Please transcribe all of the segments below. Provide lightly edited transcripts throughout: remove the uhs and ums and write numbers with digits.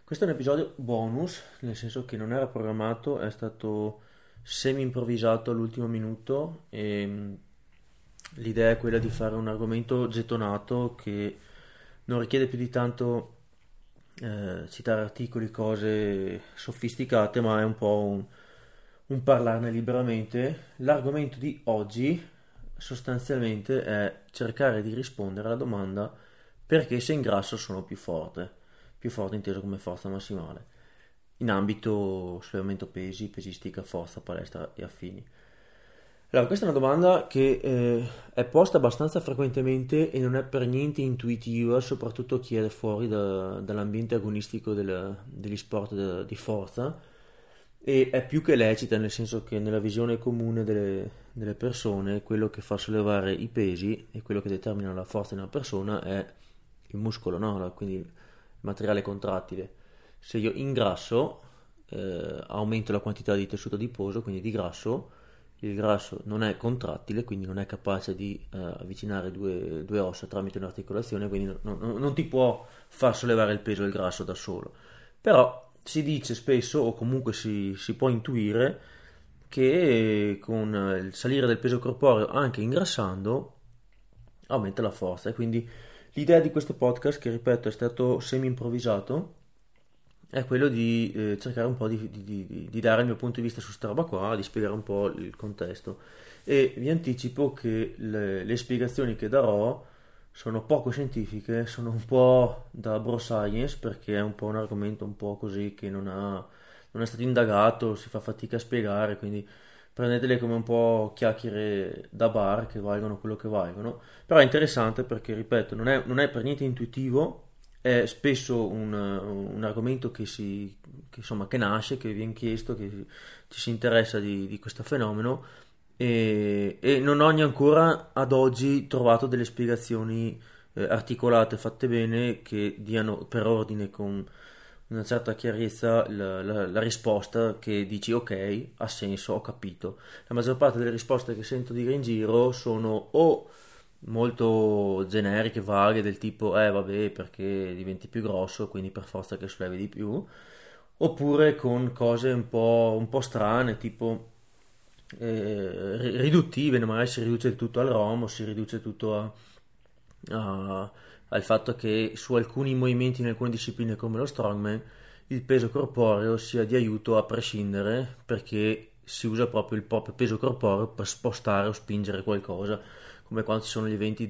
Questo è un episodio bonus, nel senso che non era programmato, è stato semi-improvvisato all'ultimo minuto e l'idea è quella di fare un argomento gettonato che non richiede più di tanto citare articoli, cose sofisticate, ma è un po' un parlarne liberamente. L'argomento di oggi sostanzialmente è cercare di rispondere alla domanda perché se ingrasso sono più forte inteso come forza massimale, in ambito sollevamento pesi, pesistica, forza, palestra e affini. Allora, questa è una domanda che è posta abbastanza frequentemente e non è per niente intuitiva, soprattutto a chi è fuori dall'ambiente agonistico degli sport di forza, e è più che lecita, nel senso che nella visione comune delle persone quello che fa sollevare i pesi e quello che determina la forza di una persona è il muscolo, no? Quindi il materiale contrattile. Se io ingrasso, aumento la quantità di tessuto adiposo, quindi di grasso. Il grasso non è contrattile, quindi non è capace di avvicinare due ossa tramite un'articolazione, quindi non ti può far sollevare il peso del grasso da solo. Però si dice spesso, o comunque si può intuire, che con il salire del peso corporeo, anche ingrassando, aumenta la forza. E quindi l'idea di questo podcast, che ripeto è stato semi-improvvisato, è quello di cercare un po' di dare il mio punto di vista su sta roba qua, di spiegare un po' il contesto. E vi anticipo che le spiegazioni che darò sono poco scientifiche, sono un po' da bro science, perché è un po' un argomento un po' così che non è stato indagato, si fa fatica a spiegare, quindi prendetele come un po' chiacchiere da bar che valgono quello che valgono. Però è interessante perché, ripeto, non è per niente intuitivo, è spesso un argomento insomma, che nasce, che viene chiesto, che ci si interessa di questo fenomeno e non ho ancora ad oggi trovato delle spiegazioni articolate, fatte bene, che diano per ordine con una certa chiarezza la risposta che dici ok, ha senso, ho capito. La maggior parte delle risposte che sento dire in giro sono o molto generiche, vaghe, del tipo vabbè perché diventi più grosso, quindi per forza che sollevi di più, oppure con cose un po' strane, tipo riduttive, magari si riduce il tutto al ROM, si riduce tutto al fatto che su alcuni movimenti in alcune discipline come lo strongman il peso corporeo sia di aiuto a prescindere, perché si usa proprio il proprio peso corporeo per spostare o spingere qualcosa, come quando ci sono gli eventi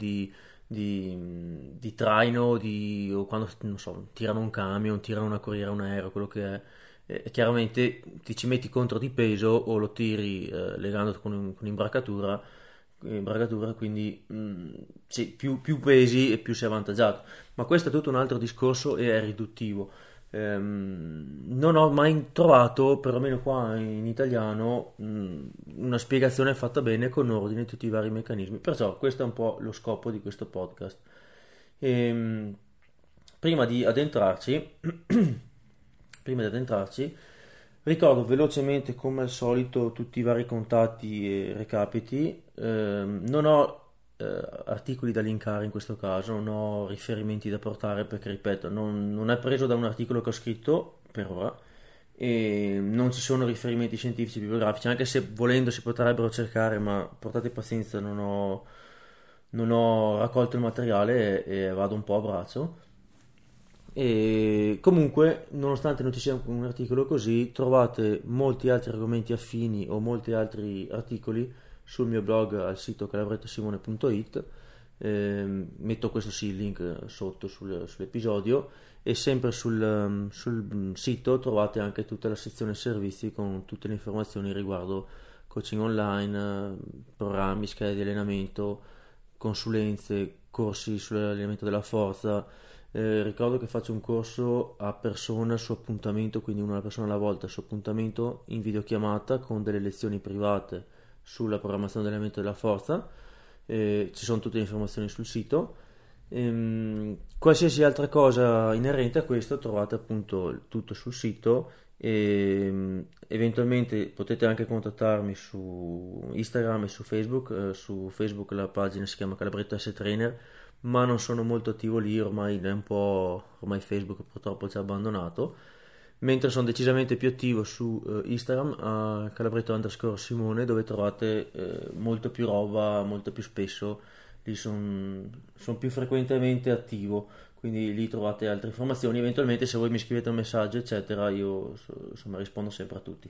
di traino, o quando non so, tirano un camion, tirano una corriera, un aereo, quello che è. E chiaramente ti ci metti contro di peso o lo tiri legandoti con imbraccatura, quindi sì, più pesi e più sei avvantaggiato. Ma questo è tutto un altro discorso e è riduttivo. Non ho mai trovato, perlomeno qua in italiano, una spiegazione fatta bene con ordine tutti i vari meccanismi. Perciò questo è un po' lo scopo di questo podcast. Ehm, prima di addentrarci, prima di addentrarci, ricordo velocemente come al solito tutti i vari contatti e recapiti. Non ho articoli da linkare in questo caso, non ho riferimenti da portare perché, ripeto, non è preso da un articolo che ho scritto per ora e non ci sono riferimenti scientifici bibliografici, anche se volendo si potrebbero cercare, ma portate pazienza, non ho raccolto il materiale e vado un po' a braccio. E comunque, nonostante non ci sia un articolo così, trovate molti altri argomenti affini o molti altri articoli sul mio blog al sito calabrettosimone.it. Metto questo sì, il link sotto sull'episodio, e sempre sul sito trovate anche tutta la sezione servizi con tutte le informazioni riguardo coaching online, programmi, schede di allenamento, consulenze, corsi sull'allenamento della forza. Ricordo che faccio un corso a persona su appuntamento, quindi una persona alla volta su appuntamento in videochiamata con delle lezioni private sulla programmazione dell'allenamento della forza. Ci sono tutte le informazioni sul sito. Qualsiasi altra cosa inerente a questo trovate appunto tutto sul sito e eventualmente potete anche contattarmi su Instagram e su Facebook. Su Facebook la pagina si chiama Calabretto S Trainer, ma non sono molto attivo lì, ormai è un po', ormai Facebook purtroppo ci ha abbandonato, mentre sono decisamente più attivo su Instagram a calabretto_simone, dove trovate molto più roba, molto più spesso, lì sono più frequentemente attivo, quindi lì trovate altre informazioni, eventualmente se voi mi scrivete un messaggio eccetera, io insomma rispondo sempre a tutti.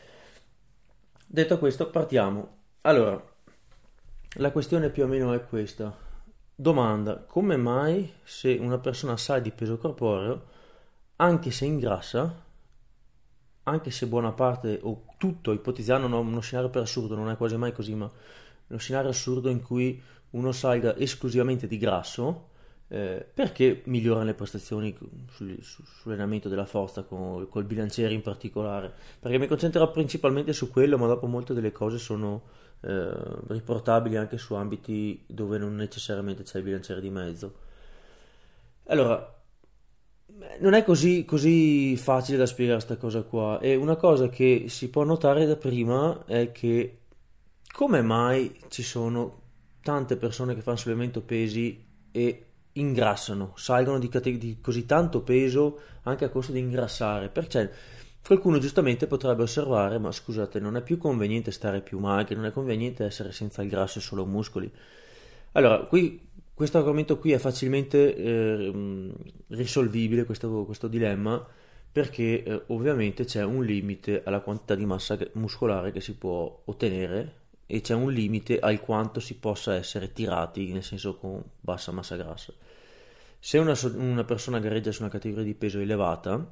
Detto questo, partiamo. Allora, la questione più o meno è questa. Domanda: come mai se una persona sale di peso corporeo, anche se ingrassa, anche se buona parte o tutto, ipotizzando uno scenario per assurdo, non è quasi mai così, ma uno scenario assurdo in cui uno salga esclusivamente di grasso, perché migliora le prestazioni sull'allenamento della forza col bilanciere in particolare? Perché mi concentrerò principalmente su quello, ma dopo molte delle cose sono riportabili anche su ambiti dove non necessariamente c'è il bilanciere di mezzo. Allora, non è così facile da spiegare questa cosa qua. E una cosa che si può notare da prima è che come mai ci sono tante persone che fanno sollevamento pesi e ingrassano, salgono di così tanto peso anche a costo di ingrassare? Perché qualcuno giustamente potrebbe osservare: ma scusate, non è più conveniente stare più magri, non è conveniente essere senza il grasso e solo muscoli? Allora, questo argomento qui è facilmente risolvibile, questo dilemma, perché ovviamente c'è un limite alla quantità di massa muscolare che si può ottenere e c'è un limite al quanto si possa essere tirati, nel senso con bassa massa grassa. Se una persona gareggia su una categoria di peso elevata,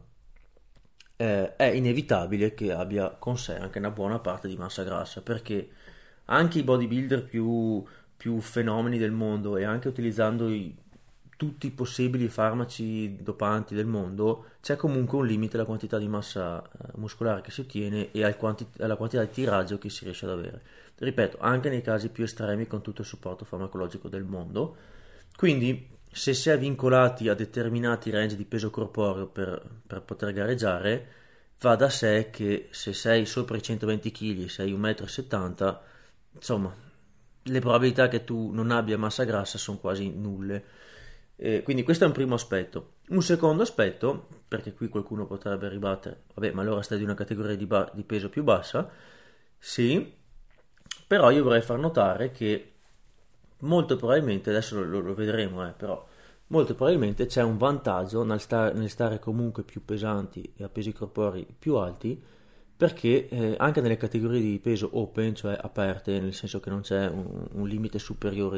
è inevitabile che abbia con sé anche una buona parte di massa grassa, perché anche i bodybuilder più fenomeni del mondo, e anche utilizzando tutti i possibili farmaci dopanti del mondo, c'è comunque un limite alla quantità di massa muscolare che si ottiene e alla quantità di tiraggio che si riesce ad avere. Ripeto, anche nei casi più estremi con tutto il supporto farmacologico del mondo. Quindi, se si è vincolati a determinati range di peso corporeo per poter gareggiare, va da sé che se sei sopra i 120 kg e sei 1,70 m, insomma, le probabilità che tu non abbia massa grassa sono quasi nulle. Quindi questo è un primo aspetto. Un secondo aspetto, perché qui qualcuno potrebbe ribattere: vabbè, ma allora stai di una categoria di peso più bassa? Sì, però io vorrei far notare che molto probabilmente, adesso lo vedremo, però molto probabilmente c'è un vantaggio nel stare comunque più pesanti e a pesi corporei più alti, perché anche nelle categorie di peso open, cioè aperte, nel senso che non c'è un limite superiore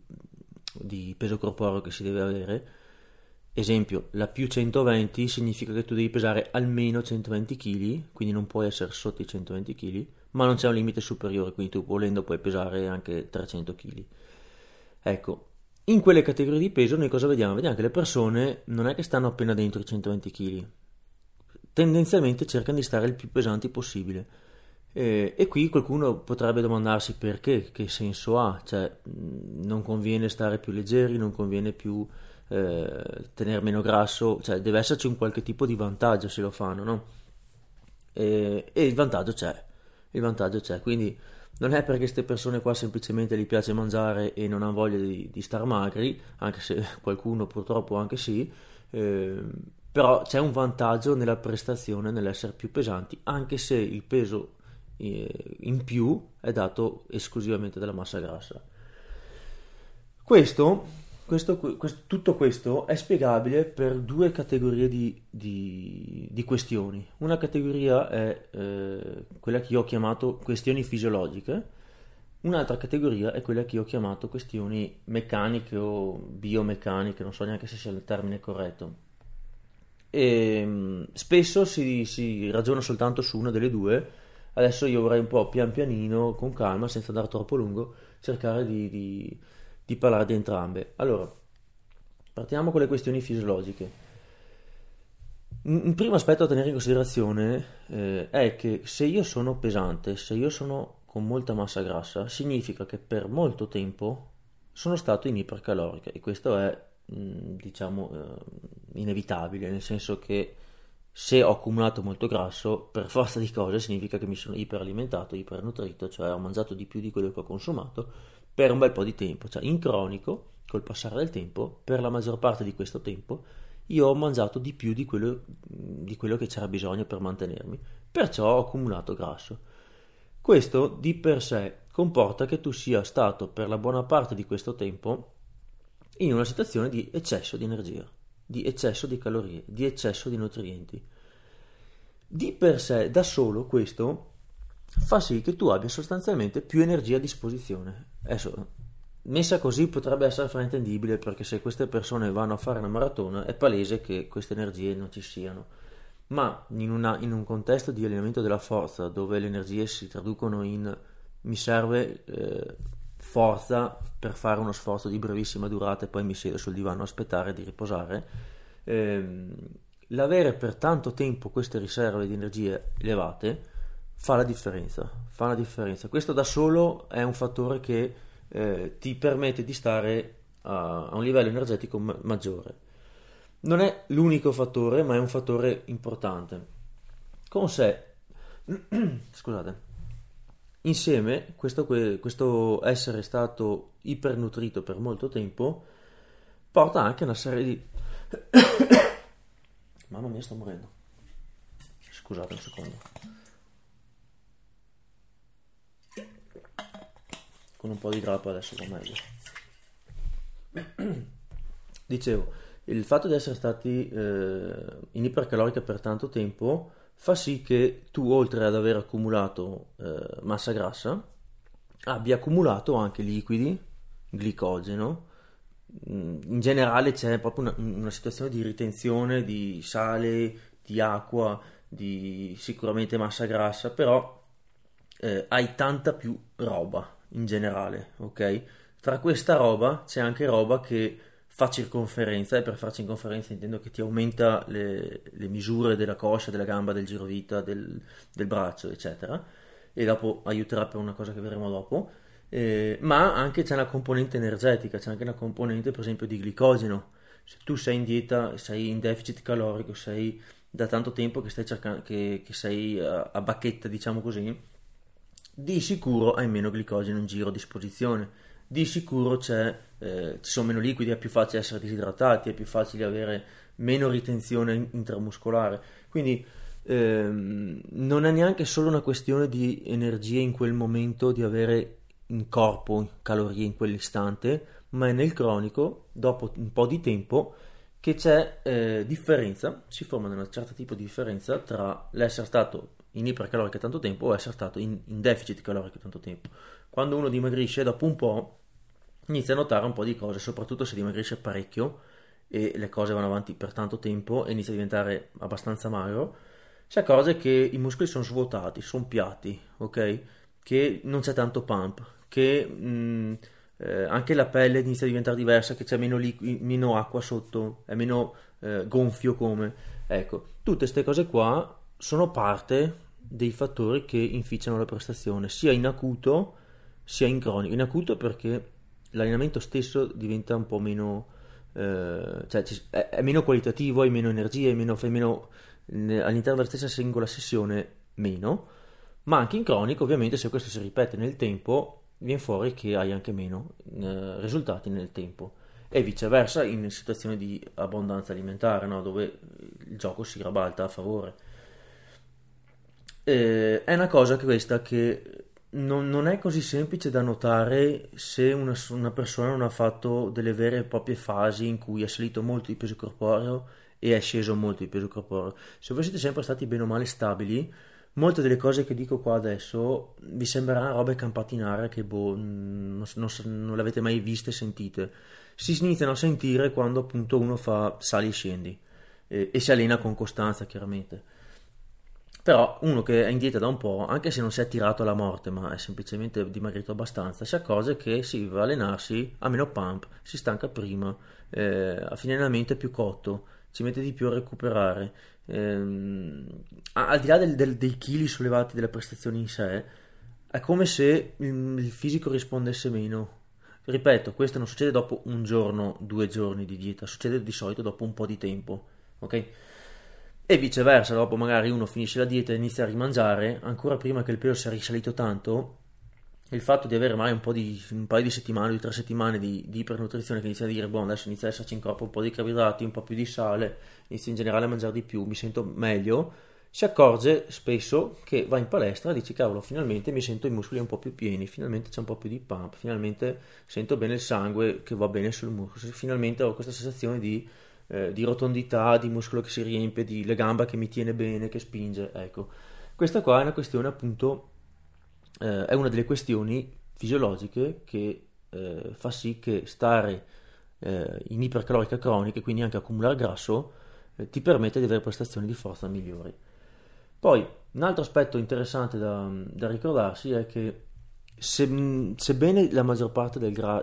di peso corporeo che si deve avere, esempio, la più 120 significa che tu devi pesare almeno 120 kg, quindi non puoi essere sotto i 120 kg, ma non c'è un limite superiore, quindi tu volendo puoi pesare anche 300 kg. Ecco, in quelle categorie di peso noi cosa vediamo? Vediamo che le persone non è che stanno appena dentro i 120 kg, tendenzialmente cercano di stare il più pesanti possibile. E qui qualcuno potrebbe domandarsi perché, che senso ha? Cioè, non conviene stare più leggeri, non conviene più tenere meno grasso, cioè deve esserci un qualche tipo di vantaggio se lo fanno, no? E il vantaggio c'è, quindi non è perché queste persone qua semplicemente gli piace mangiare e non hanno voglia di star magri, anche se qualcuno purtroppo anche sì, però c'è un vantaggio nella prestazione, nell'essere più pesanti, anche se il peso in più è dato esclusivamente dalla massa grassa. Tutto questo è spiegabile per due categorie di questioni. Una categoria è quella che io ho chiamato questioni fisiologiche, un'altra categoria è quella che io ho chiamato questioni meccaniche o biomeccaniche, non so neanche se sia il termine corretto. E spesso si ragiona soltanto su una delle due. Adesso io vorrei un po' pian pianino, con calma, senza andare troppo lungo, cercare di parlare di entrambe. Allora, partiamo con le questioni fisiologiche. Un primo aspetto da tenere in considerazione è che se io sono pesante, se io sono con molta massa grassa, significa che per molto tempo sono stato in ipercalorica, e questo è inevitabile, nel senso che se ho accumulato molto grasso, per forza di cose significa che mi sono iperalimentato, ipernutrito, cioè ho mangiato di più di quello che ho consumato per un bel po' di tempo, cioè in cronico col passare del tempo, per la maggior parte di questo tempo, io ho mangiato di più di quello che c'era bisogno per mantenermi, perciò ho accumulato grasso. Questo di per sé comporta che tu sia stato per la buona parte di questo tempo in una situazione di eccesso di energia, di eccesso di calorie, di eccesso di nutrienti. Di per sé, da solo, questo fa sì che tu abbia sostanzialmente più energia a disposizione. Adesso, messa così potrebbe essere fraintendibile, perché se queste persone vanno a fare una maratona è palese che queste energie non ci siano. Ma in un contesto di allenamento della forza, dove le energie si traducono in mi serve forza per fare uno sforzo di brevissima durata e poi mi siedo sul divano a aspettare di riposare, l'avere per tanto tempo queste riserve di energie elevate fa la differenza, fa la differenza. Questo da solo è un fattore che ti permette di stare a un livello energetico maggiore. Non è l'unico fattore, ma è un fattore importante. Con sé, scusate, insieme questo essere stato ipernutrito per molto tempo porta anche una serie di... Mamma mia, sto morendo. Scusate un secondo. Con un po' di grappa adesso va meglio. Dicevo, il fatto di essere stati in ipercalorica per tanto tempo fa sì che tu, oltre ad aver accumulato massa grassa, abbia accumulato anche liquidi, glicogeno. In generale c'è proprio una situazione di ritenzione di sale, di acqua, di sicuramente massa grassa, però hai tanta più roba in generale, ok? Tra questa roba c'è anche roba che fa circonferenza, e per far circonferenza intendo che ti aumenta le misure della coscia, della gamba, del girovita, del braccio, eccetera, e dopo aiuterà per una cosa che vedremo dopo. Ma anche c'è una componente energetica, c'è anche una componente per esempio di glicogeno. Se tu sei in dieta, sei in deficit calorico, sei da tanto tempo che stai cercando, che sei a bacchetta, diciamo così, di sicuro hai meno glicogeno in giro a disposizione, di sicuro ci sono meno liquidi, è più facile essere disidratati, è più facile avere meno ritenzione intramuscolare, quindi non è neanche solo una questione di energia in quel momento, di avere in corpo calorie in quell'istante, ma è nel cronico, dopo un po' di tempo, che c'è differenza, si forma una certa tipo di differenza tra l'essere stato in ipercalorica tanto tempo o essere stato in deficit calorico tanto tempo. Quando uno dimagrisce, dopo un po' inizia a notare un po' di cose, soprattutto se dimagrisce parecchio e le cose vanno avanti per tanto tempo e inizia a diventare abbastanza magro, si accorge che i muscoli sono svuotati, sono piatti, ok? Che non c'è tanto pump, che anche la pelle inizia a diventare diversa, che c'è meno acqua sotto, è meno gonfio come. Ecco, tutte queste cose qua sono parte dei fattori che inficiano la prestazione, sia in acuto sia in cronico. In acuto perché l'allenamento stesso diventa un po' meno, cioè è meno qualitativo, hai meno energia, fai meno all'interno della stessa singola sessione meno, ma anche in cronico ovviamente se questo si ripete nel tempo viene fuori che hai anche meno risultati nel tempo, e viceversa in situazioni di abbondanza alimentare, no? Dove il gioco si ribalta a favore. È una cosa questa che non è così semplice da notare se una persona non ha fatto delle vere e proprie fasi in cui è salito molto di peso corporeo e è sceso molto di peso corporeo. Se voi siete sempre stati bene o male stabili, molte delle cose che dico qua adesso vi sembreranno robe campate in aria che non le avete mai viste e sentite. Si iniziano a sentire quando appunto uno fa sali e scendi e si allena con costanza, chiaramente. Però uno che è in dieta da un po', anche se non si è tirato alla morte, ma è semplicemente dimagrito abbastanza, si accorge che si va a allenarsi a meno pump, si stanca prima, a fine allenamento è più cotto, ci mette di più a recuperare. Al di là dei chili sollevati, delle prestazioni in sé, è come se il fisico rispondesse meno. Ripeto, questo non succede dopo un giorno, 2 giorni di dieta, succede di solito dopo un po' di tempo, ok? E viceversa, dopo magari uno finisce la dieta e inizia a rimangiare, ancora prima che il peso sia risalito tanto, il fatto di avere mai un paio di settimane, 2 o 3 settimane di ipernutrizione, che inizia a dire, boh, adesso inizia ad esserci in corpo un po' di carboidrati, un po' più di sale, inizia in generale a mangiare di più, mi sento meglio, si accorge spesso che va in palestra e dice, cavolo, finalmente mi sento i muscoli un po' più pieni, finalmente c'è un po' più di pump, finalmente sento bene il sangue che va bene sul muscolo, finalmente ho questa sensazione di rotondità, di muscolo che si riempie, di le gambe che mi tiene bene, che spinge, ecco. Questa qua è una questione appunto, è una delle questioni fisiologiche che fa sì che stare in ipercalorica cronica, quindi anche accumulare grasso, ti permette di avere prestazioni di forza migliori. Poi, un altro aspetto interessante da ricordarsi è che sebbene la maggior parte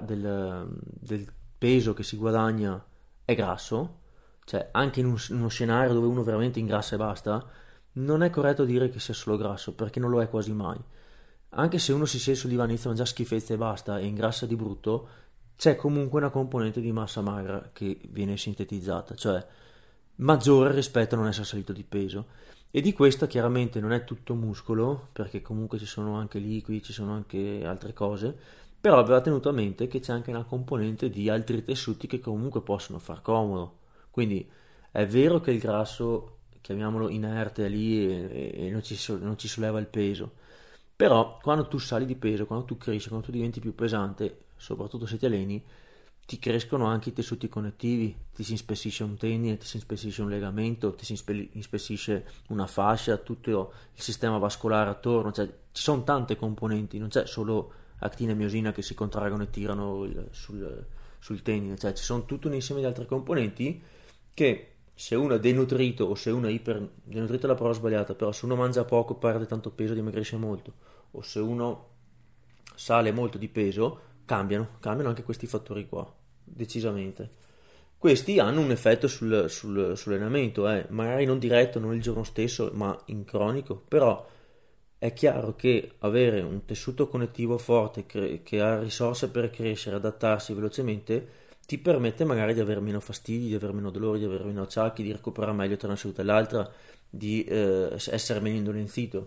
del peso che si guadagna è grasso, cioè anche in uno scenario dove uno veramente ingrassa e basta, non è corretto dire che sia solo grasso, perché non lo è quasi mai. Anche se uno si siede sul divano e inizia a mangiare schifezze e basta e ingrassa di brutto, c'è comunque una componente di massa magra che viene sintetizzata, cioè maggiore rispetto a non essere salito di peso. E di questo chiaramente non è tutto muscolo, perché comunque ci sono anche liquidi, ci sono anche altre cose, però va tenuto a mente che c'è anche una componente di altri tessuti che comunque possono far comodo. Quindi è vero che il grasso, chiamiamolo inerte, è lì e non ci solleva il peso, però quando tu sali di peso, quando tu cresci, quando tu diventi più pesante, soprattutto se ti alleni, ti crescono anche i tessuti connettivi, ti si inspessisce un tendine, ti si inspessisce un legamento, ti si inspessisce una fascia, tutto il sistema vascolare attorno, cioè ci sono tante componenti, non c'è solo actina e miosina che si contraggono e tirano sul tendine, cioè ci sono tutto un insieme di altre componenti che se uno è denutrito o se uno è denutrito è la parola sbagliata, però se uno mangia poco perde tanto peso, dimagrisce molto, o se uno sale molto di peso, cambiano anche questi fattori qua, decisamente. Questi hanno un effetto sull'allenamento, magari non diretto, non il giorno stesso, ma in cronico, però è chiaro che avere un tessuto connettivo forte che ha risorse per crescere, adattarsi velocemente, ti permette magari di avere meno fastidi, di avere meno dolori, di avere meno acciacchi, di recuperare meglio tra una seduta e l'altra, di essere meno indolenzito.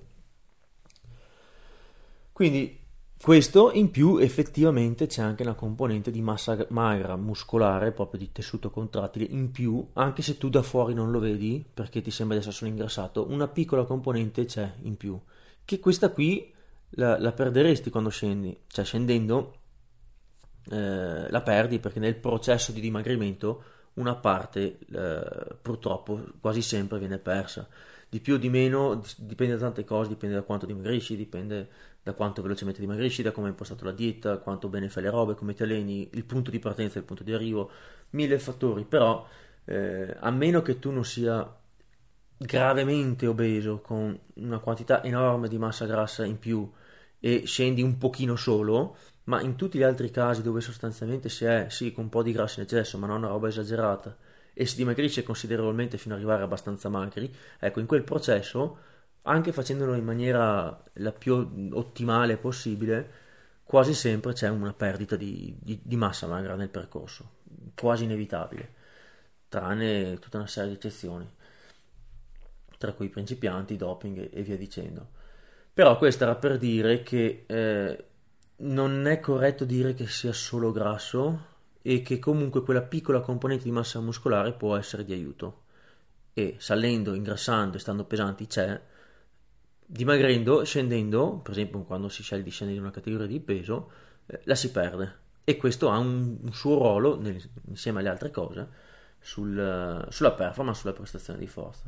Quindi questo in più effettivamente c'è anche una componente di massa magra muscolare, proprio di tessuto contrattile, in più, anche se tu da fuori non lo vedi perché ti sembra di essere solo ingrassato, una piccola componente c'è in più, che questa qui la perderesti quando scendi, cioè scendendo la perdi perché nel processo di dimagrimento una parte purtroppo quasi sempre viene persa. Di più o di meno dipende da tante cose, dipende da quanto dimagrisci, dipende da quanto velocemente dimagrisci, da come hai impostato la dieta, quanto bene fai le robe, come ti alleni, il punto di partenza e il punto di arrivo, mille fattori, però a meno che tu non sia gravemente obeso con una quantità enorme di massa grassa in più e scendi un pochino solo, ma in tutti gli altri casi dove sostanzialmente si è sì con un po' di grasso in eccesso ma non una roba esagerata e si dimagrisce considerevolmente fino ad arrivare abbastanza magri, ecco in quel processo, anche facendolo in maniera la più ottimale possibile, quasi sempre c'è una perdita di massa magra nel percorso, quasi inevitabile, tranne tutta una serie di eccezioni, tra cui i principianti, doping e via dicendo. Però questo era per dire che non è corretto dire che sia solo grasso e che comunque quella piccola componente di massa muscolare può essere di aiuto. E salendo, ingrassando e stando pesanti c'è, dimagrendo, scendendo, per esempio quando si sceglie di scendere in una categoria di peso, la si perde. E questo ha un suo ruolo, insieme alle altre cose, sulla performance, sulla prestazione di forza.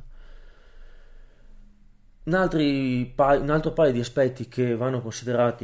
Un altro paio di aspetti che vanno considerati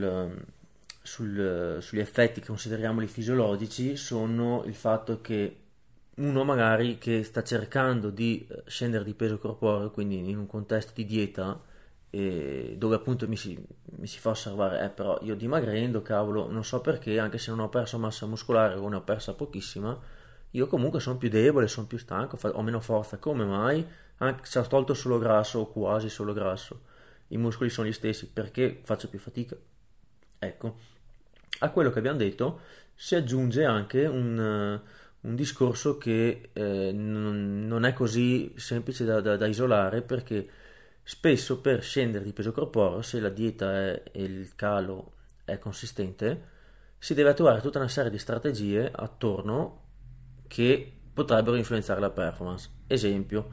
sugli effetti che consideriamoli fisiologici sono il fatto che uno magari che sta cercando di scendere di peso corporeo, quindi in un contesto di dieta, dove appunto mi si fa osservare, però io dimagrendo, cavolo, non so perché, anche se non ho perso massa muscolare o ne ho persa pochissima, io comunque sono più debole, sono più stanco, ho meno forza, come mai? Anche se ho tolto solo grasso o quasi solo grasso, i muscoli sono gli stessi, perché faccio più fatica? Ecco, a quello che abbiamo detto si aggiunge anche un discorso che non è così semplice da isolare, perché spesso per scendere di peso corporeo, se la dieta è il calo è consistente, si deve trovare tutta una serie di strategie attorno che potrebbero influenzare la performance. Esempio,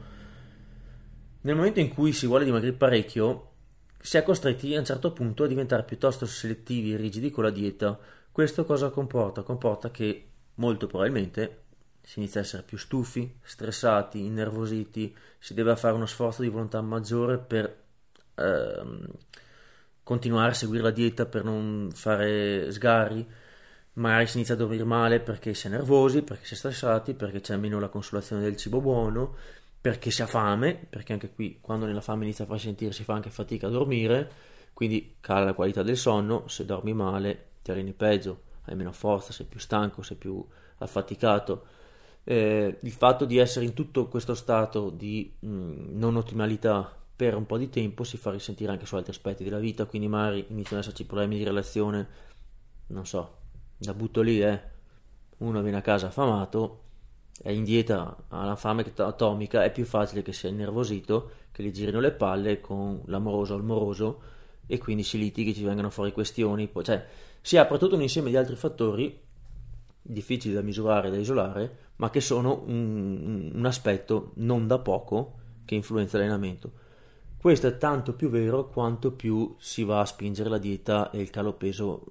nel momento in cui si vuole dimagrire parecchio, si è costretti a un certo punto a diventare piuttosto selettivi e rigidi con la dieta. Questo cosa comporta? Comporta che molto probabilmente si inizia a essere più stufi, stressati, innervositi, si deve fare uno sforzo di volontà maggiore per continuare a seguire la dieta, per non fare sgarri. Magari si inizia a dormire male perché si è nervosi, perché si è stressati, perché c'è meno la consolazione del cibo buono, perché si ha fame, perché anche qui quando nella fame inizia a far sentire si fa anche fatica a dormire, quindi cala la qualità del sonno. Se dormi male ti alleni peggio, hai meno forza, sei più stanco, sei più affaticato. Il fatto di essere in tutto questo stato di non ottimalità per un po' di tempo si fa risentire anche su altri aspetti della vita, quindi magari iniziano ad esserci problemi di relazione, non so, la butto lì, uno viene a casa affamato, è in dieta, ha la fame atomica, è più facile che sia innervosito, che gli girino le palle con l'amoroso o il moroso, e quindi si litighi, ci vengono fuori questioni, cioè si apre tutto un insieme di altri fattori difficili da misurare, da isolare, ma che sono un aspetto non da poco che influenza l'allenamento. Questo è tanto più vero quanto più si va a spingere la dieta e il calo peso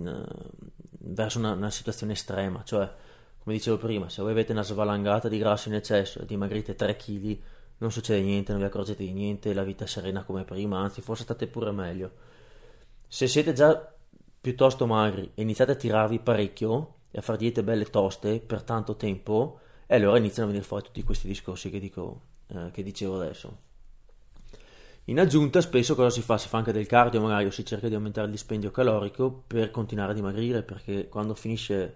verso una situazione estrema. Cioè, come dicevo prima, se voi avete una svalangata di grasso in eccesso e dimagrite 3 kg, non succede niente, non vi accorgete di niente, la vita è serena come prima, anzi forse state pure meglio. Se siete già piuttosto magri e iniziate a tirarvi parecchio e a fare diete belle toste per tanto tempo, e allora iniziano a venire fuori tutti questi discorsi che dicevo adesso. In aggiunta, spesso cosa si fa? Si fa anche del cardio, magari, o si cerca di aumentare il dispendio calorico per continuare a dimagrire, perché quando finisce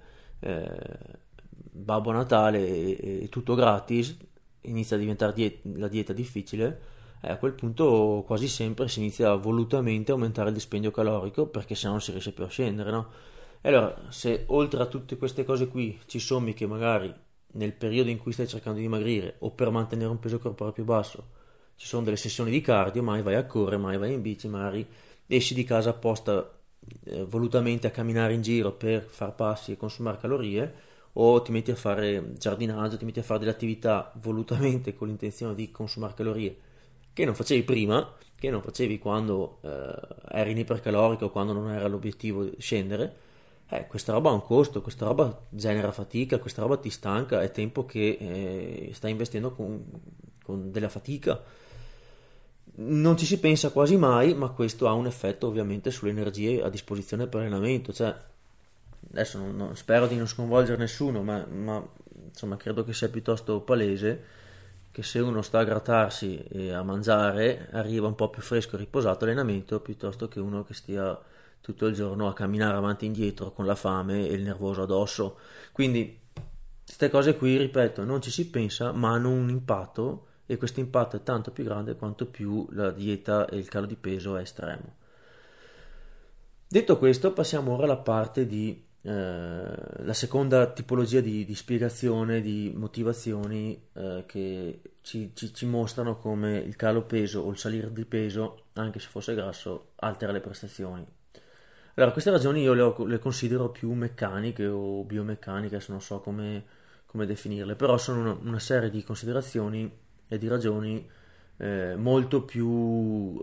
Babbo Natale e tutto gratis, inizia a diventare la dieta difficile, e a quel punto quasi sempre si inizia volutamente a aumentare il dispendio calorico, perché sennò non si riesce più a scendere, no? E allora, se oltre a tutte queste cose qui ci sommi che magari nel periodo in cui stai cercando di dimagrire o per mantenere un peso corporeo più basso ci sono delle sessioni di cardio, mai vai a correre, mai vai in bici, magari esci di casa apposta volutamente a camminare in giro per far passi e consumare calorie, o ti metti a fare giardinaggio, ti metti a fare delle attività volutamente con l'intenzione di consumare calorie che non facevi prima, che non facevi quando eri in ipercalorico o quando non era l'obiettivo scendere. Questa roba ha un costo, questa roba genera fatica, questa roba ti stanca, è tempo che stai investendo con della fatica. Non ci si pensa quasi mai, ma questo ha un effetto ovviamente sulle energie a disposizione per l'allenamento. Cioè, adesso spero di non sconvolgere nessuno, ma insomma credo che sia piuttosto palese che se uno sta a grattarsi e a mangiare arriva un po' più fresco e riposato all'allenamento, piuttosto che uno che stia tutto il giorno a camminare avanti e indietro con la fame e il nervoso addosso. Quindi queste cose qui, ripeto, non ci si pensa, ma hanno un impatto, e questo impatto è tanto più grande quanto più la dieta e il calo di peso è estremo. Detto questo, passiamo ora alla parte di la seconda tipologia di spiegazione, di motivazioni che ci mostrano come il calo peso o il salire di peso, anche se fosse grasso, altera le prestazioni. Allora, queste ragioni io le considero più meccaniche o biomeccaniche, se non so come definirle, però sono una serie di considerazioni e di ragioni molto più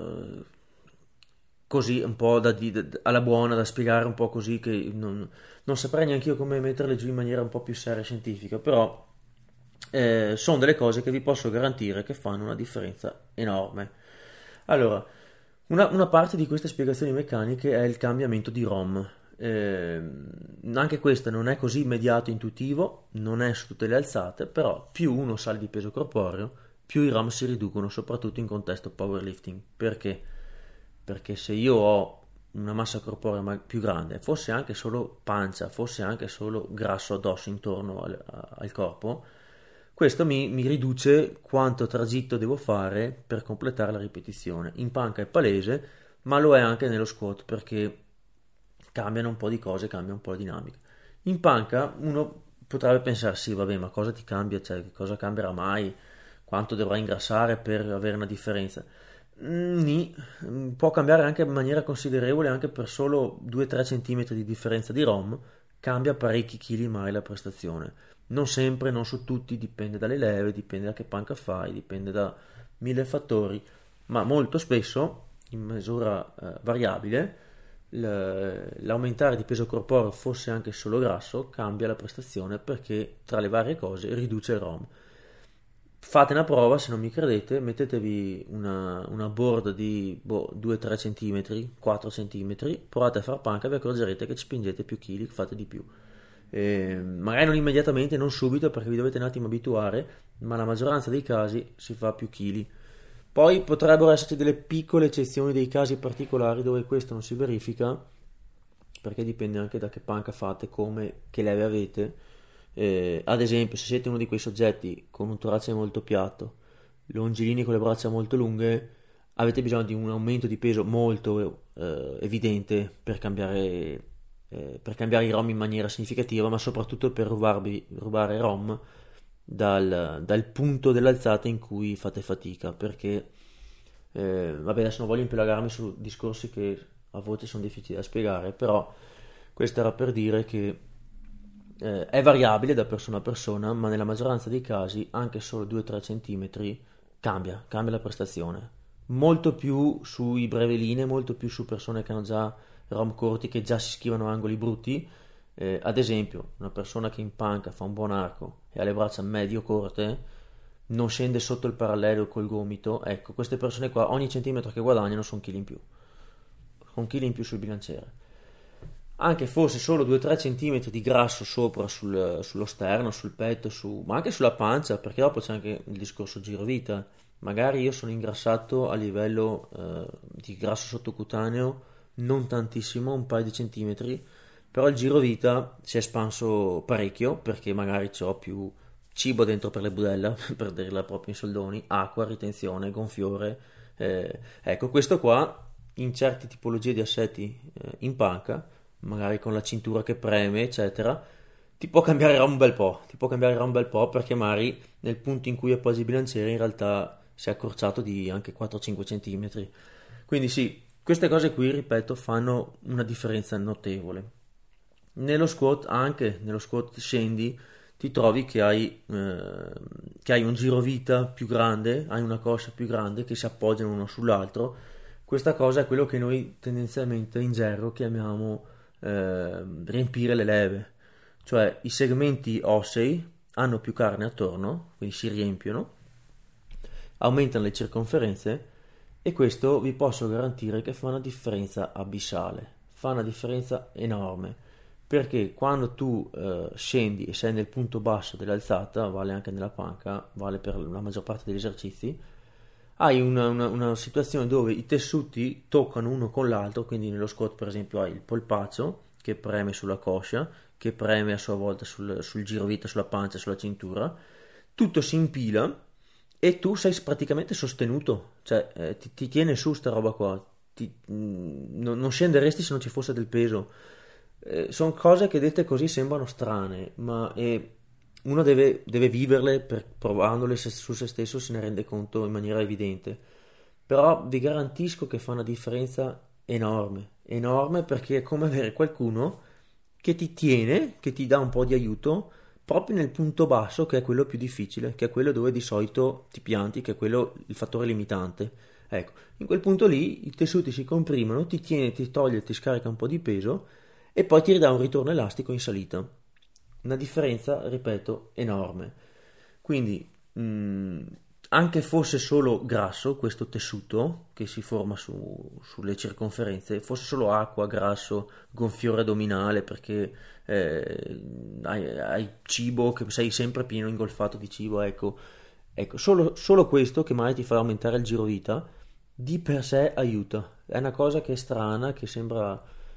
così, un po' alla buona, da spiegare un po' così, che non saprei neanche io come metterle giù in maniera un po' più seria e scientifica, però sono delle cose che vi posso garantire che fanno una differenza enorme. Allora, una parte di queste spiegazioni meccaniche è il cambiamento di ROM. Anche questo non è così immediato e intuitivo, non è su tutte le alzate, però più uno sale di peso corporeo, più i ROM si riducono, soprattutto in contesto powerlifting. Perché? Perché se io ho una massa corporea più grande, fosse anche solo pancia, fosse anche solo grasso addosso intorno al corpo, questo mi riduce quanto tragitto devo fare per completare la ripetizione. In panca è palese, ma lo è anche nello squat, perché cambiano un po' di cose, cambia un po' la dinamica. In panca uno potrebbe pensare, sì, vabbè, ma cosa ti cambia? Cioè, cosa cambierà mai? Quanto dovrai ingrassare per avere una differenza? Nì, può cambiare anche in maniera considerevole, anche per solo 2-3 cm di differenza di ROM, cambia parecchi chili mai la prestazione. Non sempre, non su tutti, dipende dalle leve, dipende da che panca fai, dipende da mille fattori, ma molto spesso, in misura variabile, l'aumentare di peso corporeo, fosse anche solo grasso, cambia la prestazione perché tra le varie cose riduce il ROM. Fate una prova, se non mi credete, mettetevi una board di 2-3 cm, 4 cm, provate a far panca e vi accorgerete che spingete più chili, fate di più. Magari non immediatamente, non subito, perché vi dovete un attimo abituare, ma la maggioranza dei casi si fa più chili. Poi potrebbero esserci delle piccole eccezioni, dei casi particolari dove questo non si verifica, perché dipende anche da che panca fate, come, che leve avete. Ad esempio, se siete uno di quei soggetti con un torace molto piatto, longilini con le braccia molto lunghe, avete bisogno di un aumento di peso molto evidente per cambiare i ROM in maniera significativa, ma soprattutto per rubare ROM dal punto dell'alzata in cui fate fatica, perché vabbè, adesso non voglio impelagarmi su discorsi che a volte sono difficili da spiegare, però questo era per dire che è variabile da persona a persona, ma nella maggioranza dei casi anche solo 2-3 cm cambia la prestazione. Molto più sui breve linee, molto più su persone che hanno già ROM corti, che già si schivano angoli brutti. Ad esempio, una persona che in panca fa un buon arco e ha le braccia medio corte, non scende sotto il parallelo col gomito. Ecco, queste persone qua, ogni centimetro che guadagnano sono chili in più. Sono chili in più sul bilanciere. Anche fosse solo 2-3 cm di grasso sopra sullo sterno, sul petto, ma anche sulla pancia, perché dopo c'è anche il discorso girovita. Magari io sono ingrassato a livello di grasso sottocutaneo, non tantissimo, un paio di centimetri, però il girovita si è espanso parecchio perché magari ho più cibo dentro per le budella, per dirla proprio in soldoni, acqua, ritenzione, gonfiore. Ecco, questo qua in certe tipologie di assetti in panca, magari con la cintura che preme, eccetera, ti può cambiare un bel po', perché magari nel punto in cui appoggi il bilanciere in realtà si è accorciato di anche 4-5 cm. Quindi sì, queste cose qui, ripeto, fanno una differenza notevole. Nello squat, anche nello squat scendi, ti trovi che hai un girovita più grande, hai una coscia più grande che si appoggiano uno sull'altro. Questa cosa è quello che noi tendenzialmente in gergo chiamiamo riempire le leve, cioè i segmenti ossei hanno più carne attorno, quindi si riempiono, aumentano le circonferenze, e questo vi posso garantire che fa una differenza abissale, fa una differenza enorme, perché quando tu scendi e sei nel punto basso dell'alzata, vale anche nella panca, vale per la maggior parte degli esercizi, hai una situazione dove i tessuti toccano uno con l'altro, quindi nello squat per esempio hai il polpaccio che preme sulla coscia, che preme a sua volta sul girovita, sulla pancia, sulla cintura, tutto si impila e tu sei praticamente sostenuto, cioè ti tiene su sta roba qua, non scenderesti se non ci fosse del peso. Sono cose che dette così sembrano strane, ma uno deve viverle, provandole su se stesso se ne rende conto in maniera evidente. Però vi garantisco che fa una differenza enorme, perché è come avere qualcuno che ti tiene, che ti dà un po' di aiuto proprio nel punto basso, che è quello più difficile, che è quello dove di solito ti pianti, che è quello il fattore limitante. Ecco, in quel punto lì i tessuti si comprimono, ti tiene, ti toglie, ti scarica un po' di peso e poi ti ridà un ritorno elastico in salita. Una differenza, ripeto, enorme. Quindi, anche fosse solo grasso questo tessuto che si forma sulle circonferenze, fosse solo acqua, grasso, gonfiore addominale perché hai cibo, che sei sempre pieno, ingolfato di cibo, ecco, solo questo che magari ti fa aumentare il girovita, di per sé aiuta. È una cosa che è strana, che sembra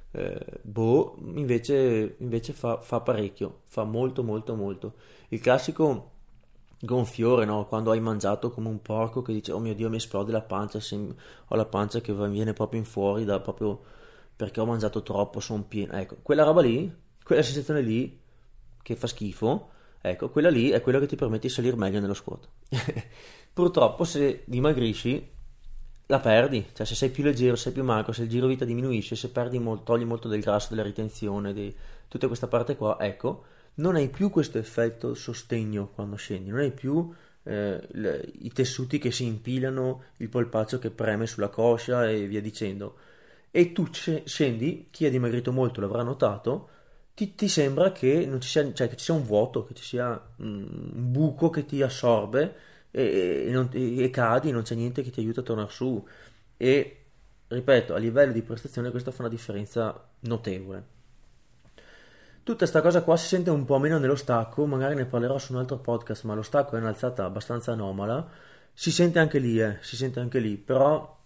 invece fa parecchio, fa molto molto molto. Il classico gonfiore, no? Quando hai mangiato come un porco che dice oh mio Dio mi esplode la pancia, ho la pancia che viene proprio in fuori proprio perché ho mangiato troppo, sono pieno. Ecco, quella roba lì, quella sensazione lì che fa schifo, ecco, quella lì è quella che ti permette di salire meglio nello squat. Purtroppo se dimagrisci la perdi, cioè se sei più leggero, sei più magro, se il giro vita diminuisce, se perdi togli molto del grasso, della ritenzione, di tutta questa parte qua, ecco, non hai più questo effetto sostegno quando scendi, non hai più i tessuti che si impilano, il polpaccio che preme sulla coscia e via dicendo. E tu scendi, chi ha dimagrito molto l'avrà notato, ti sembra che non ci sia, cioè, che ci sia un vuoto, che ci sia un buco che ti assorbe e cadi, non c'è niente che ti aiuta a tornare su. E ripeto, a livello di prestazione questo fa una differenza notevole. Tutta sta cosa qua si sente un po' meno nello stacco, magari ne parlerò su un altro podcast, ma lo stacco è un'alzata abbastanza anomala. Si sente anche lì, si sente anche lì, però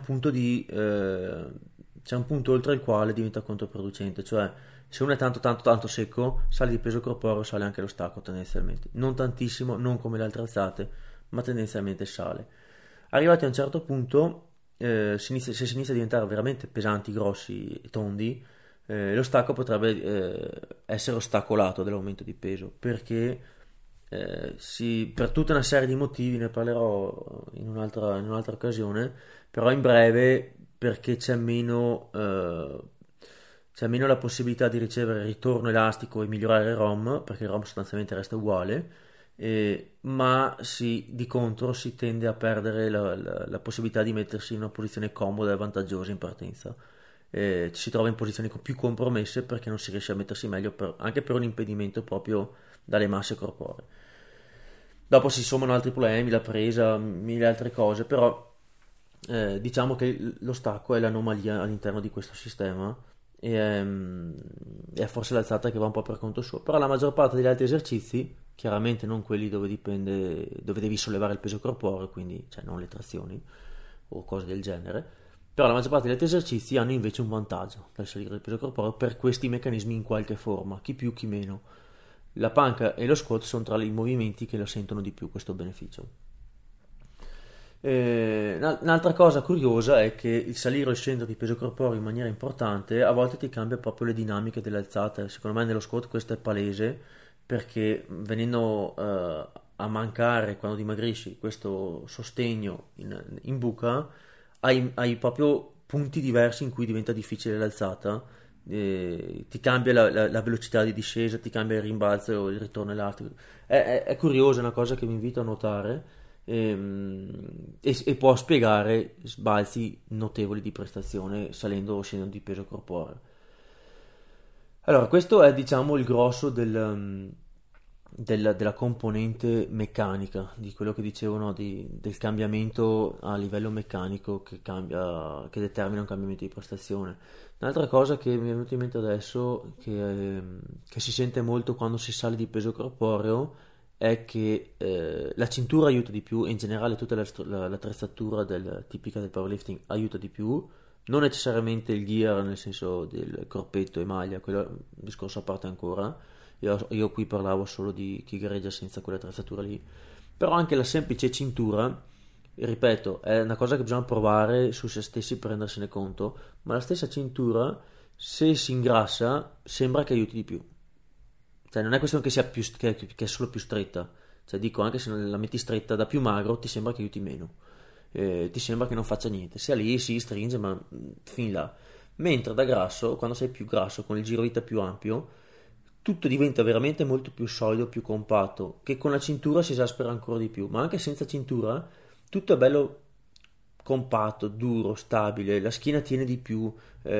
c'è un punto oltre il quale diventa controproducente, cioè se uno è tanto tanto tanto secco, sale di peso corporeo, sale anche lo stacco tendenzialmente. Non tantissimo, non come le altre alzate, ma tendenzialmente sale. Arrivati a un certo punto, se si inizia a diventare veramente pesanti, grossi e tondi, lo stacco potrebbe essere ostacolato dall'aumento di peso perché per tutta una serie di motivi, ne parlerò in un'altra occasione, però in breve perché c'è meno la possibilità di ricevere ritorno elastico e migliorare il ROM, perché il ROM sostanzialmente resta uguale, ma di contro si tende a perdere la possibilità di mettersi in una posizione comoda e vantaggiosa in partenza. Ci si trova in posizioni più compromesse perché non si riesce a mettersi meglio anche per un impedimento proprio dalle masse corporee. Dopo si sommano altri problemi, la presa, mille altre cose, però diciamo che lo stacco è l'anomalia all'interno di questo sistema e è forse l'alzata che va un po' per conto suo. Però la maggior parte degli altri esercizi, chiaramente non quelli dove devi sollevare il peso corporeo, quindi cioè non le trazioni o cose del genere, però la maggior parte degli altri esercizi hanno invece un vantaggio dal salire del peso corporeo per questi meccanismi in qualche forma, chi più chi meno. La panca e lo squat sono tra i movimenti che lo sentono di più questo beneficio. Un'altra cosa curiosa è che il salire o il scendere di peso corporeo in maniera importante a volte ti cambia proprio le dinamiche dell'alzata. Secondo me nello squat questo è palese perché venendo a mancare quando dimagrisci questo sostegno in buca, hai proprio punti diversi in cui diventa difficile l'alzata, ti cambia la velocità di discesa, ti cambia il rimbalzo o il ritorno elastico. È curiosa, è una cosa che vi invito a notare e può spiegare sbalzi notevoli di prestazione salendo o scendendo di peso corporeo. Allora, questo è diciamo il grosso della componente meccanica, di quello che dicevo, no, del cambiamento a livello meccanico che determina un cambiamento di prestazione. Un'altra cosa che mi è venuta in mente adesso, che si sente molto quando si sale di peso corporeo, è che la cintura aiuta di più e in generale tutta l'attrezzatura tipica del powerlifting aiuta di più, non necessariamente il gear nel senso del corpetto e maglia, quello è un discorso a parte ancora. Io qui parlavo solo di chi gareggia senza quell'attrezzatura lì, però anche la semplice cintura, ripeto, è una cosa che bisogna provare su se stessi per rendersene conto, ma la stessa cintura, se si ingrassa, sembra che aiuti di più. Cioè non è questione che sia che è solo più stretta, cioè dico anche se non la metti stretta da più magro ti sembra che aiuti meno, ti sembra che non faccia niente, sia lì si stringe ma fin là, mentre da grasso, quando sei più grasso con il giro vita più ampio, tutto diventa veramente molto più solido, più compatto, che con la cintura si esaspera ancora di più, ma anche senza cintura tutto è bello compatto, duro, stabile, la schiena tiene di più,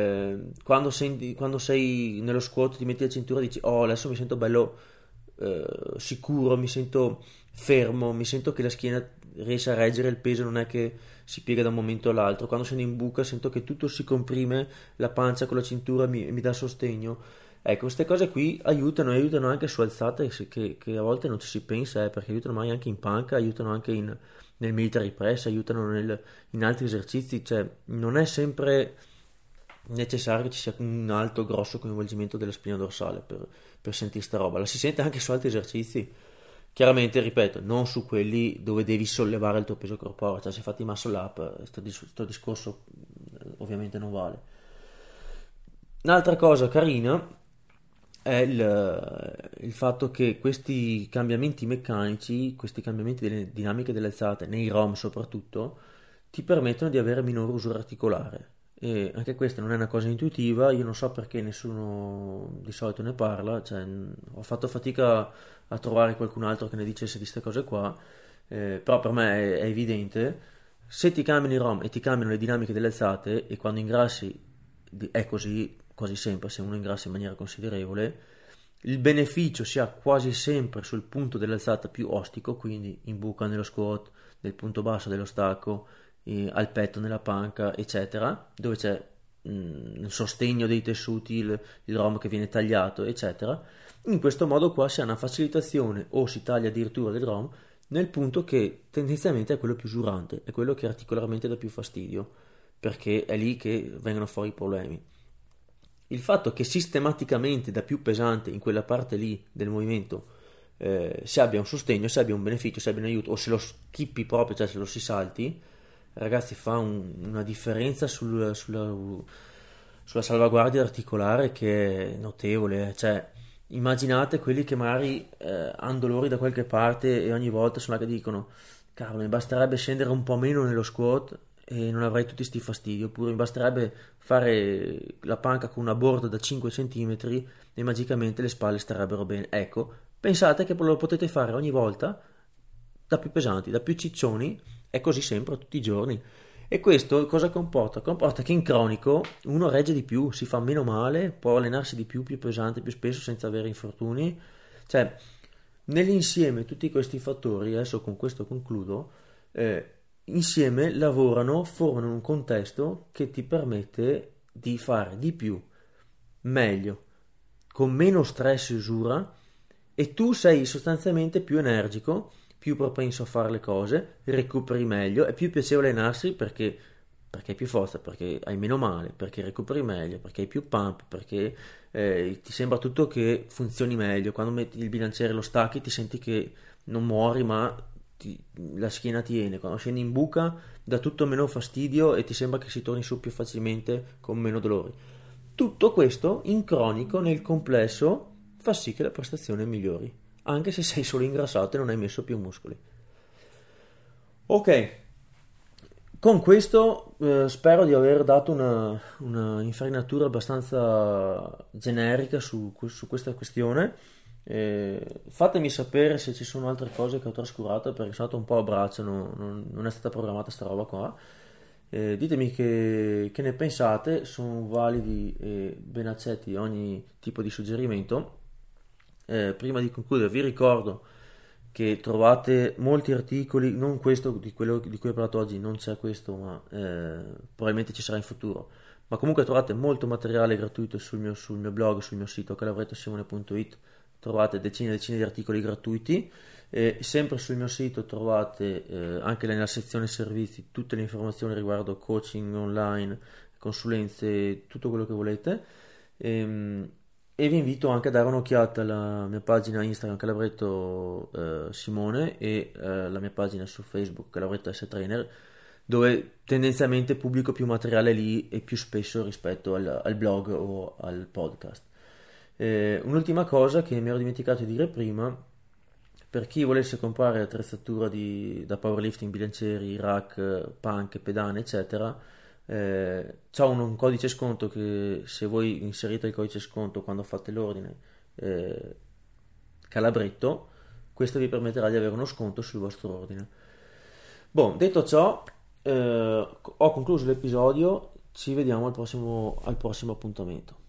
quando sei nello squat ti metti la cintura e dici oh adesso mi sento bello sicuro, mi sento fermo, mi sento che la schiena riesce a reggere il peso, non è che si piega da un momento all'altro, quando sono in buca sento che tutto si comprime, la pancia con la cintura mi dà sostegno. Ecco, queste cose qui aiutano anche su alzate che a volte non ci si pensa, perché aiutano magari anche in panca, aiutano anche nel military press, aiutano in altri esercizi, cioè non è sempre necessario che ci sia un alto grosso coinvolgimento della spina dorsale per sentire sta roba, la si sente anche su altri esercizi, chiaramente ripeto, non su quelli dove devi sollevare il tuo peso corporeo, cioè se fatti muscle up, sto discorso ovviamente non vale. Un'altra cosa carina è il fatto che questi cambiamenti meccanici, questi cambiamenti delle dinamiche delle alzate, nei ROM soprattutto, ti permettono di avere minore usura articolare. E anche questa non è una cosa intuitiva, io non so perché nessuno di solito ne parla, cioè, ho fatto fatica a trovare qualcun altro che ne dicesse di queste cose qua, però per me è evidente. Se ti cambiano i ROM e ti cambiano le dinamiche delle alzate, e quando ingrassi è così quasi sempre, se uno ingrassa in maniera considerevole, il beneficio si ha quasi sempre sul punto dell'alzata più ostico, quindi in buca nello squat, nel punto basso dello stacco, al petto nella panca, eccetera, dove c'è il sostegno dei tessuti, il ROM che viene tagliato, eccetera. In questo modo qua si ha una facilitazione o si taglia addirittura del ROM nel punto che tendenzialmente è quello più usurante, è quello che articolarmente dà più fastidio, perché è lì che vengono fuori i problemi. Il fatto che sistematicamente da più pesante in quella parte lì del movimento si abbia un sostegno, si abbia un beneficio, si abbia un aiuto, o se lo schippi proprio, cioè se lo si salti, ragazzi, fa una differenza sulla salvaguardia articolare che è notevole. Cioè, immaginate quelli che magari hanno dolori da qualche parte e ogni volta sono là che dicono: cavolo, mi basterebbe scendere un po' meno nello squat e non avrei tutti sti fastidi, oppure mi basterebbe fare la panca con una borda da 5 cm e magicamente le spalle starebbero bene. Ecco, pensate che lo potete fare ogni volta da più pesanti, da più ciccioni, è così sempre, tutti i giorni. E questo cosa comporta? Comporta che in cronico uno regge di più, si fa meno male, può allenarsi di più pesante, più spesso senza avere infortuni. Cioè, nell'insieme tutti questi fattori, adesso con questo concludo, insieme lavorano, formano un contesto che ti permette di fare di più, meglio, con meno stress e usura, e tu sei sostanzialmente più energico, più propenso a fare le cose, recuperi meglio, è più piacevole allenarsi perché hai più forza, perché hai meno male, perché recuperi meglio, perché hai più pump, perché ti sembra tutto che funzioni meglio. Quando metti il bilanciere e lo stacchi ti senti che non muori, ma la schiena tiene. Quando scendi in buca dà tutto meno fastidio e ti sembra che si torni su più facilmente con meno dolori. Tutto questo in cronico nel complesso fa sì che la prestazione migliori, anche se sei solo ingrassato e non hai messo più muscoli. Ok, con questo spero di aver dato una infarinatura abbastanza generica su questa questione. Fatemi sapere se ci sono altre cose che ho trascurato, perché sono stato un po' a braccio, non è stata programmata sta roba qua. Ditemi che ne pensate, sono validi e ben accetti ogni tipo di suggerimento. Prima di concludere vi ricordo che trovate molti articoli, non questo di quello di cui ho parlato oggi, non c'è questo, ma probabilmente ci sarà in futuro, ma comunque trovate molto materiale gratuito sul mio blog, sul mio sito calabrettosimone.it. Trovate decine e decine di articoli gratuiti. Sempre sul mio sito trovate anche nella sezione servizi tutte le informazioni riguardo coaching online, consulenze, tutto quello che volete. E vi invito anche a dare un'occhiata alla mia pagina Instagram Calabretto Simone e la mia pagina su Facebook Calabretto S Trainer, dove tendenzialmente pubblico più materiale lì e più spesso rispetto al blog o al podcast. Un'ultima cosa che mi ero dimenticato di dire prima: per chi volesse comprare attrezzatura da powerlifting, bilancieri, rack, panche, pedane, eccetera, c'è un codice sconto che, se voi inserite il codice sconto quando fate l'ordine, Calabretto, questo vi permetterà di avere uno sconto sul vostro ordine. Bon, detto ciò, ho concluso l'episodio, ci vediamo al prossimo appuntamento.